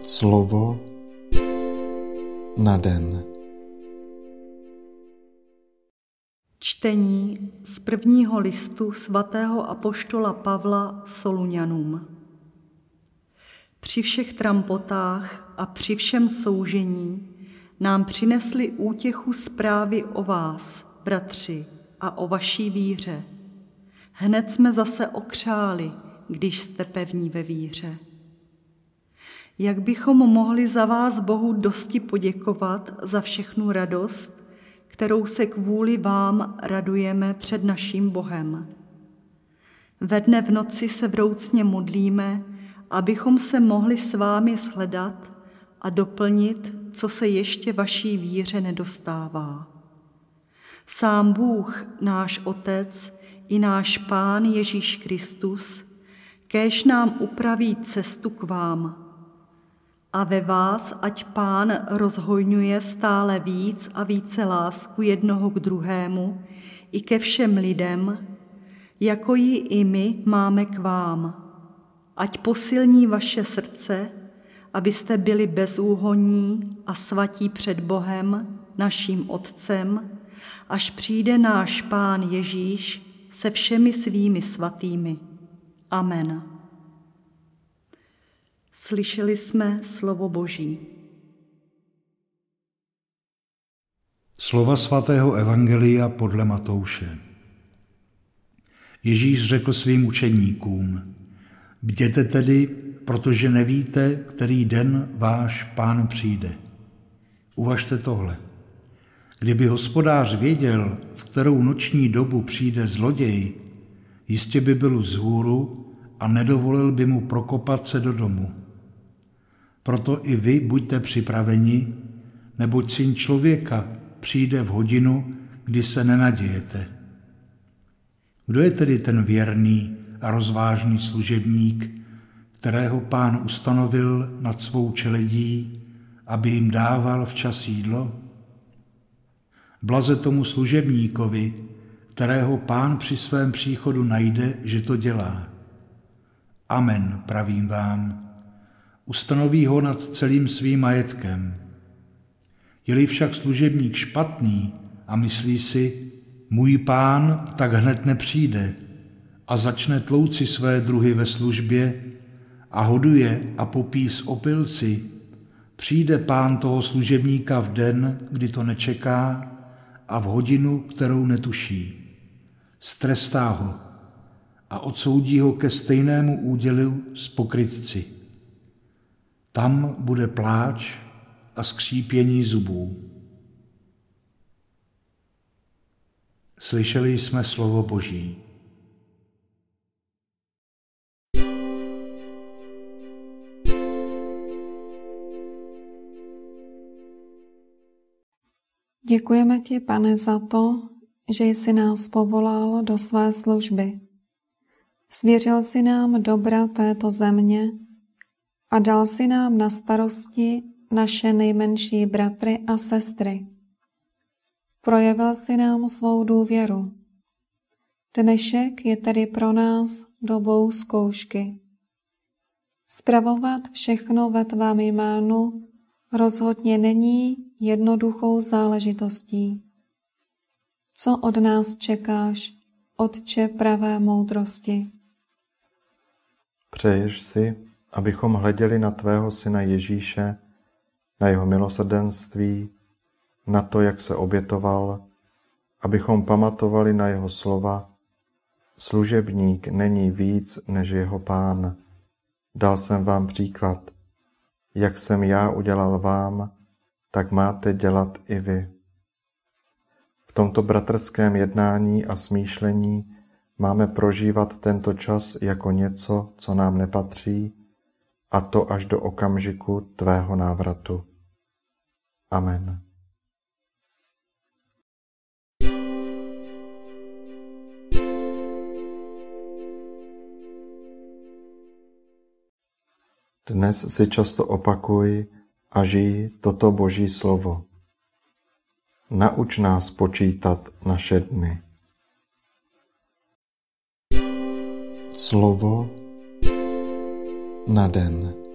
Slovo na den. Čtení z prvního listu svatého apoštola Pavla Soluňanům. Při všech trampotách a při všem soužení nám přinesli útěchu zprávy o vás, bratři, a o vaší víře. Hned jsme zase okřáli, když jste pevní ve víře. Jak bychom mohli za vás Bohu dosti poděkovat za všechnu radost, kterou se kvůli vám radujeme před naším Bohem. Ve dne v noci se vroucně modlíme, abychom se mohli s vámi shledat a doplnit, co se ještě vaší víře nedostává. Sám Bůh, náš Otec i náš Pán Ježíš Kristus, kéž nám upraví cestu k vám. A ve vás ať Pán rozhojňuje stále víc a více lásku jednoho k druhému i ke všem lidem, jako ji i my máme k vám. Ať posilní vaše srdce, abyste byli bezúhonní a svatí před Bohem, naším Otcem, až přijde náš Pán Ježíš se všemi svými svatými. Amen. Slyšeli jsme slovo Boží. Slova svatého evangelia podle Matouše. Ježíš řekl svým učedníkům: Bděte tedy, protože nevíte, který den váš Pán přijde. Uvažte tohle. Kdyby hospodář věděl, v kterou noční dobu přijde zloděj, jistě by byl vzhůru a nedovolil by mu prokopat se do domu. Proto i vy buďte připraveni, neboť Syn člověka přijde v hodinu, kdy se nenadějete. Kdo je tedy ten věrný a rozvážný služebník, kterého Pán ustanovil nad svou čeledí, aby jim dával včas jídlo? Blaze tomu služebníkovi, kterého Pán při svém příchodu najde, že to dělá. Amen, pravím vám. Ustanoví ho nad celým svým majetkem. Je-li však služebník špatný a myslí si, můj Pán tak hned nepřijde, a začne tlouci své druhy ve službě a hoduje a popí s opilci, přijde Pán toho služebníka v den, kdy to nečeká, a v hodinu, kterou netuší. Strestá ho a odsoudí ho ke stejnému údělu s pokrytci. Tam bude pláč a skřípění zubů. Slyšeli jsme slovo Boží. Děkujeme ti, Pane, za to, že jsi nás povolal do své služby. Svěřil jsi nám dobra této země a dal si nám na starosti naše nejmenší bratry a sestry. Projevil si nám svou důvěru. Dnešek je tedy pro nás dobou zkoušky. Spravovat všechno ve tvém jménu rozhodně není jednoduchou záležitostí. Co od nás čekáš, Otče pravé moudrosti? Přeješ si, abychom hleděli na tvého syna Ježíše, na jeho milosrdenství, na to, jak se obětoval, abychom pamatovali na jeho slova: Služebník není víc než jeho pán. Dal jsem vám příklad. Jak jsem já udělal vám, tak máte dělat i vy. V tomto bratrském jednání a smýšlení máme prožívat tento čas jako něco, co nám nepatří, a to až do okamžiku tvého návratu. Amen. Dnes si často opakuj a žij toto Boží slovo. Nauč nás počítat naše dny. Slovo na den.